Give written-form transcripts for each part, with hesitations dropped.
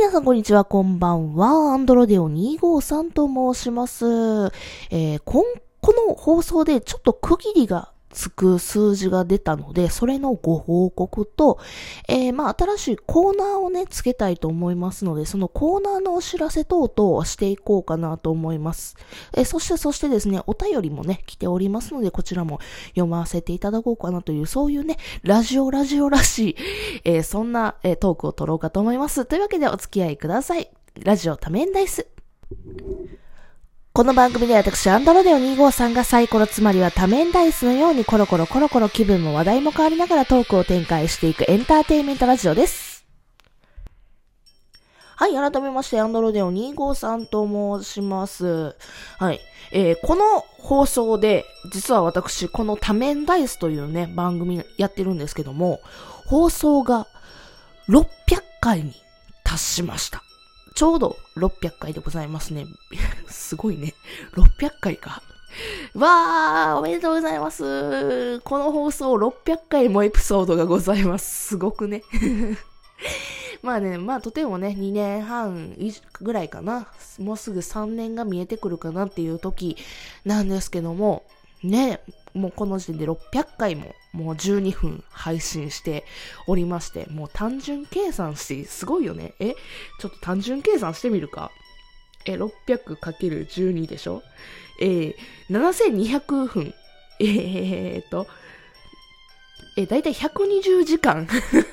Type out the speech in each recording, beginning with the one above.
皆さんこんにちは、こんばんは。アンドロデオ253と申します。この放送でちょっと区切りがつく数字が出たので、それのご報告と、新しいコーナーをね、つけたいと思いますので、そのコーナーのお知らせ等々をしていこうかなと思います。そしてですね、お便りもね、来ておりますので、こちらも読ませていただこうかなという、そういうね、ラジオらしい、そんな、トークを取ろうかと思います。というわけでお付き合いください。ラジオ多面ダイス。この番組では私、アンドロデオ253がサイコロ、つまりは多面ダイスのようにコロコロ気分も話題も変わりながらトークを展開していくエンターテインメントラジオです。はい、改めまして、アンドロデオ253と申します。はい。この放送で、実は私、この多面ダイスというね、番組やってるんですけども、放送が600回に達しました。ちょうど600回でございますね。すごいね。600回か。わー、おめでとうございます。この放送600回もエピソードがございます。すごくね。とてもね、2年半ぐらいかな。もうすぐ3年が見えてくるかなっていう時なんですけども、ね、もうこの時点で600回ももう12分配信しておりまして、もう単純計算してすごいよね。ちょっと単純計算してみるか。600×12 でしょ。7200分。だいたい120時間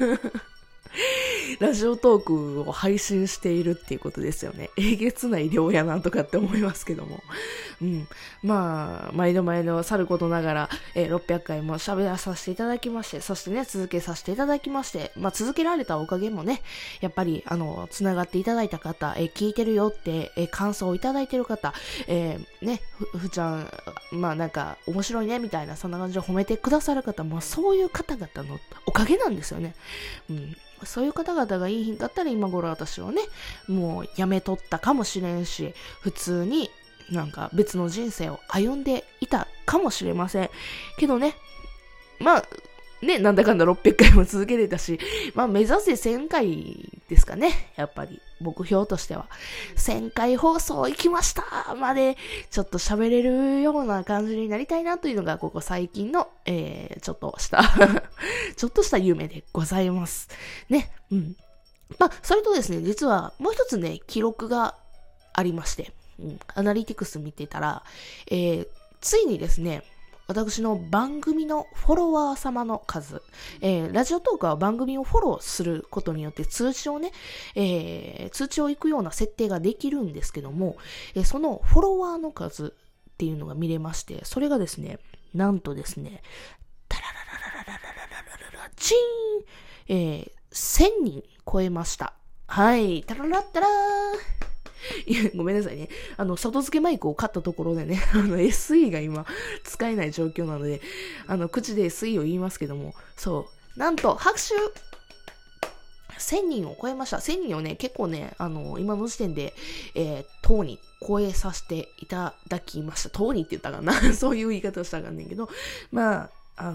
ラジオトークを配信しているっていうことですよね。えげつない量やなとかって思いますけども。毎度さることながら、600回も喋らさせていただきまして、そしてね、続けさせていただきまして、続けられたおかげもね、やっぱり、つながっていただいた方、聞いてるよって、感想をいただいてる方、ふちゃん、面白いね、みたいな、そんな感じで褒めてくださる方、そういう方々のおかげなんですよね。そういう方々がいい日だったら今頃私はね、もうやめとったかもしれんし、普通に別の人生を歩んでいたかもしれません。けどね、なんだかんだ600回も続けてたし、目指せ1000回ですかね。やっぱり、目標としては。1000回放送行きましたまで、ちょっと喋れるような感じになりたいなというのが、ここ最近の、ちょっとした夢でございます。ね。それとですね、実は、もう一つね、記録がありまして、アナリティクス見てたら、ついにですね、私の番組のフォロワー様の数、ラジオトークは番組をフォローすることによって通知を行くような設定ができるんですけども、そのフォロワーの数っていうのが見れまして、それがですね、なんとですね、タララララララララララチーン、1000人超えました。はい、タララッタラー。いや、ごめんなさいね。外付けマイクを買ったところでね、SE が今使えない状況なので、口で SE を言いますけども、そう、なんと、拍手 !1000 人を超えました。1000人をね、結構ね、今の時点で、とうに超えさせていただきました。とうにって言ったかなそういう言い方をしたらあかんねんけど、も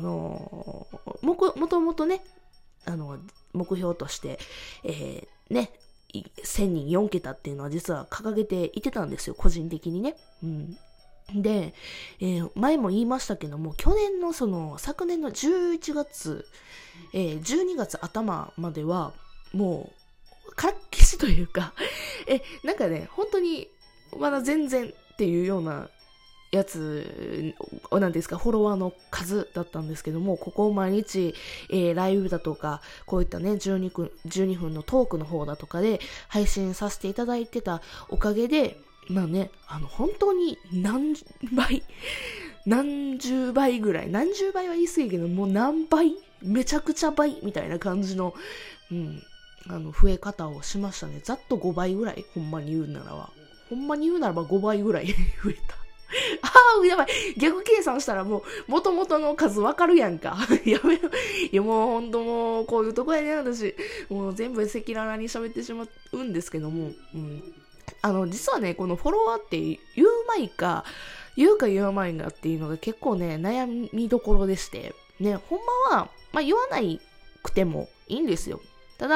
ともとね、目標として、1000人4桁っていうのは実は掲げていてたんですよ、個人的にね。で、前も言いましたけども、昨年の11月、12月頭までは、もう、からっきしというか、本当に、まだ全然っていうようなやつ、なんですか、フォロワーの数だったんですけども、ここ毎日、ライブだとか、こういったね、12分のトークの方だとかで配信させていただいてたおかげで、本当に何十倍ぐらい、何十倍は言い過ぎけど、もう何倍めちゃくちゃ倍みたいな感じの、増え方をしましたね。ざっと5倍ぐらい、ほんまに言うならば5倍ぐらい増えた。やばい。逆計算したらもう、元々の数わかるやんか。やめよ。いやもうほんともう、こういうとこやね、私。もう全部赤裸々に喋ってしまうんですけども。実はね、このフォロワーって言うか言わないかっていうのが結構ね、悩みどころでして。ね、ほんまは、言わないくてもいいんですよ。ただ、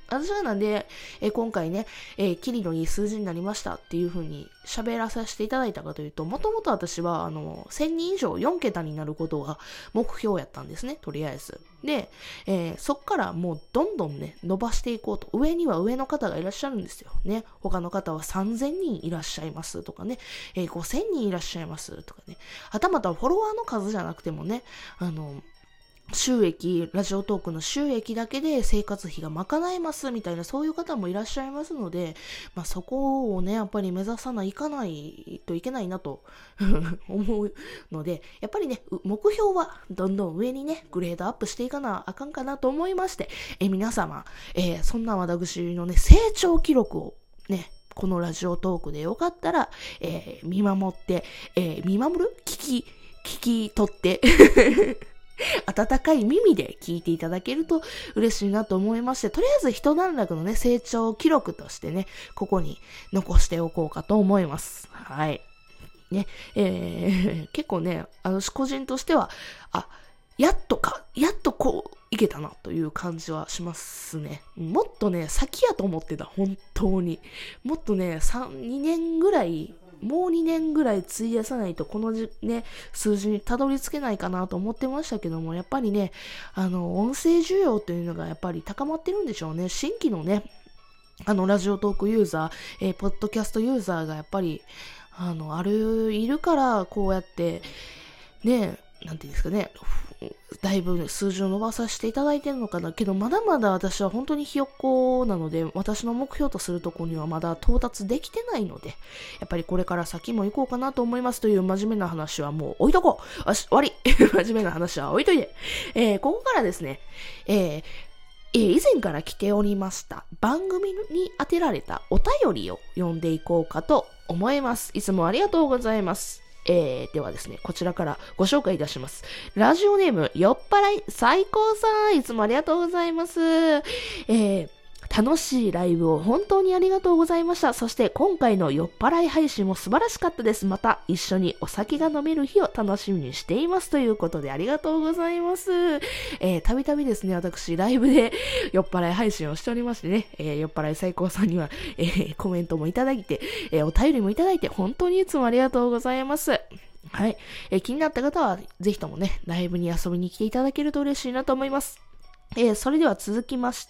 私がなんで、今回ね、キリのいい数字になりましたっていう風に喋らさせていただいたかというと、もともと私は、1000人以上4桁になることが目標やったんですね、とりあえず。で、そっからもうどんどんね、伸ばしていこうと。上には上の方がいらっしゃるんですよ。ね。他の方は3000人いらっしゃいますとかね、5000人いらっしゃいますとかね。はたまたフォロワーの数じゃなくてもね、収益、ラジオトークの収益だけで生活費が賄えますみたいな、そういう方もいらっしゃいますので、まあそこをね、やっぱり目指さないかないといけないなと思うので、やっぱりね、目標はどんどん上にね、グレードアップしていかなあかんかなと思いまして、皆様、そんな私のね、成長記録をね、このラジオトークでよかったら、見守って、聞き取って温かい耳で聞いていただけると嬉しいなと思いまして、とりあえず一段落のね、成長記録としてね、ここに残しておこうかと思います。はい。ね、結構ね、私個人としては、やっとこう、いけたなという感じはしますね。もっとね、先やと思ってた、本当に。もっとね、2年ぐらい、もう2年ぐらい費やさないとこのね、数字にたどり着けないかなと思ってましたけども、やっぱりね、音声需要というのがやっぱり高まってるんでしょうね。新規のね、ラジオトークユーザー、ポッドキャストユーザーがやっぱり、いるから、こうやって、ね、なんていうんですかね、だいぶ数字を伸ばさせていただいてるのかなけど、まだまだ私は本当にひよっこなので、私の目標とするところにはまだ到達できてないので、やっぱりこれから先も行こうかなと思いますという真面目な話はもう置いとこう。終わり真面目な話は置いといて。ここからですね、以前から来ておりました番組に当てられたお便りを読んでいこうかと思います。いつもありがとうございます。ではですね、こちらからご紹介いたします。ラジオネーム、酔っ払い最高さん、いつもありがとうございます。楽しいライブを本当にありがとうございました。そして今回の酔っ払い配信も素晴らしかったです。また一緒にお酒が飲める日を楽しみにしていますということでありがとうございます。たびたびですね、私ライブで酔っ払い配信をしておりましてね、酔っ払い最高さんには、コメントもいただいて、お便りもいただいて本当にいつもありがとうございます。はい、気になった方はぜひともね、ライブに遊びに来ていただけると嬉しいなと思います。それでは続きまして、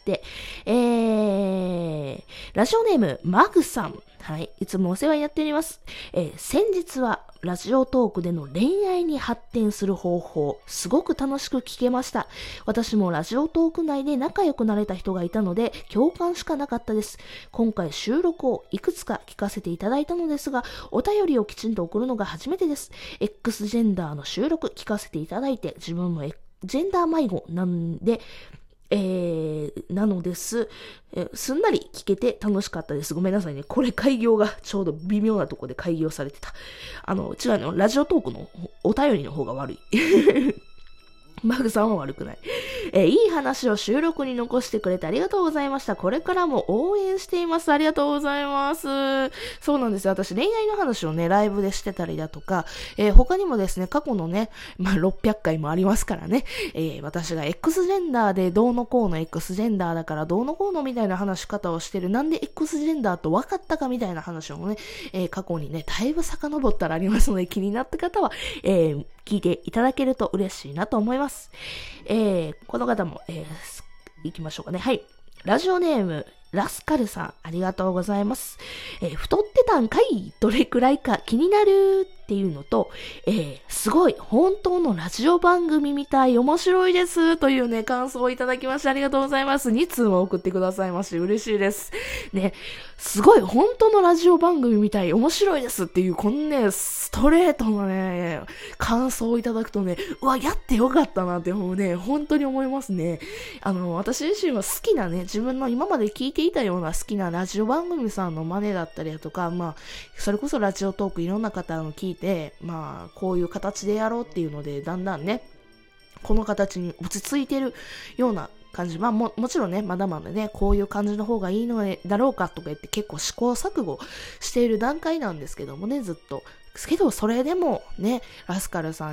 ラジオネーム、マグさん。はい。いつもお世話になっております。先日は、ラジオトークでの恋愛に発展する方法、すごく楽しく聞けました。私もラジオトーク内で仲良くなれた人がいたので、共感しかなかったです。今回収録をいくつか聞かせていただいたのですが、お便りをきちんと送るのが初めてです。X ジェンダーの収録聞かせていただいて、自分もジェンダー迷子なんで、なのです、すんなり聞けて楽しかったです。ごめんなさいね。これ開業がちょうど微妙なところで開業されてた。違うの、ラジオトークのお便りの方が悪い。マグさんは悪くない。いい話を収録に残してくれてありがとうございました。これからも応援しています。ありがとうございます。そうなんですよ。私恋愛の話をね、ライブでしてたりだとか、他にもですね、過去のね、600回もありますからね、私が X ジェンダーでどうのこうの X ジェンダーだからどうのこうのみたいな話し方をしてる。なんで X ジェンダーと分かったかみたいな話をね、過去にね、だいぶ遡ったらありますので、気になった方は、聞いていただけると嬉しいなと思います。この方も、行きましょうかね。はい。ラジオネーム、ラスカルさん、ありがとうございます。太ってたんかい？どれくらいか気になるっていうのと、すごい、本当のラジオ番組みたい、面白いです。というね、感想をいただきましてありがとうございます。2通も送ってくださいまして嬉しいです。ね、すごい、本当のラジオ番組みたい、面白いですっていう、このね、ストレートのね、感想をいただくとね、うわ、やってよかったなってもうね、本当に思いますね。私自身は好きなね、自分の今まで聞いていたような好きなラジオ番組さんの真似だったりだとか、それこそラジオトークいろんな方の聞いて、こういう形でやろうっていうので、だんだんね、この形に落ち着いてるような感じ。もちろんね、まだまだね、こういう感じの方がいいのだろうかとか言って結構試行錯誤している段階なんですけどもね、ずっと。ですけど、それでもね、ラスカルさんに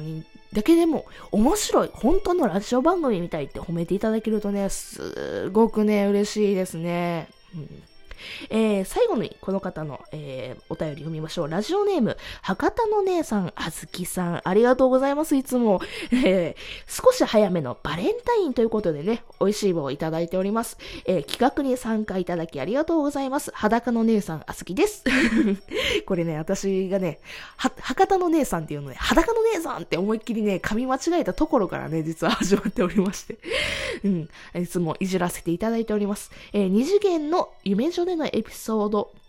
だけでも面白い、本当のラジオ番組みたいって褒めていただけるとね、すごくね、嬉しいですね。最後にこの方の、お便り読みましょう。ラジオネーム、博多の姉さん、あずきさん、ありがとうございます。いつも、少し早めのバレンタインということでね、美味しい棒をいただいております。企画に参加いただきありがとうございます。裸の姉さん、あずきです。これね、私がね、博多の姉さんっていうのね、裸の姉さんって思いっきりね、噛み間違えたところからね、実は始まっておりまして、いつもいじらせていただいております。二次元の夢女でのエピソード、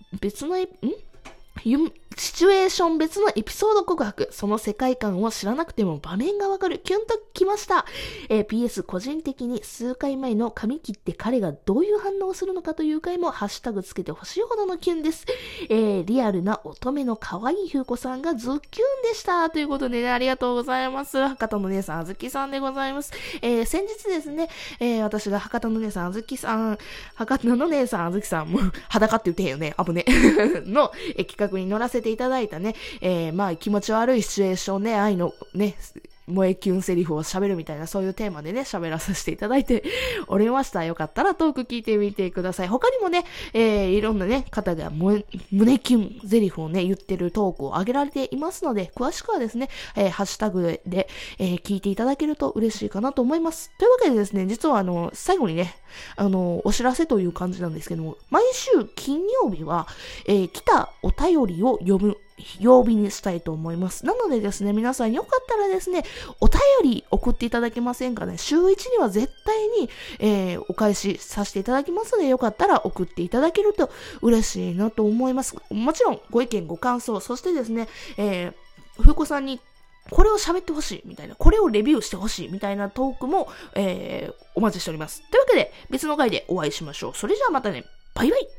シチュエーション別のエピソード告白、その世界観を知らなくても場面がわかる、キュンときました。PS 個人的に数回前の髪切って彼がどういう反応をするのかという回もハッシュタグつけてほしいほどのキュンです。リアルな乙女の可愛いふうこさんがズッキュンでした。ということでね、ありがとうございます。博多の姉さん、あずきさんでございます。先日ですね、私が博多の姉さん、あずきさん、博多の姉さん、あずきさん、もう裸って言ってへんよね、危ね。の、企画に乗らせていただいたね、まあ気持ち悪いシチュエーションね、愛のね、萌えキュンセリフを喋るみたいな、そういうテーマでね、喋らさせていただいておりました。よかったらトーク聞いてみてください。他にもね、いろんなね、方が胸キュンセリフをね、言ってるトークを上げられていますので、詳しくはですね、ハッシュタグで、聞いていただけると嬉しいかなと思います。というわけでですね、実は最後にね、お知らせという感じなんですけども、毎週金曜日は、来たお便りを読む曜日にしたいと思います。なのでですね、皆さんよかったらですね、お便り送っていただけませんかね。週1には絶対に、お返しさせていただきますので、よかったら送っていただけると嬉しいなと思います。もちろんご意見ご感想、そしてですね、ふうこさんにこれを喋ってほしいみたいな、これをレビューしてほしいみたいなトークも、お待ちしております。というわけで、別の回でお会いしましょう。それじゃあまたね、バイバイ。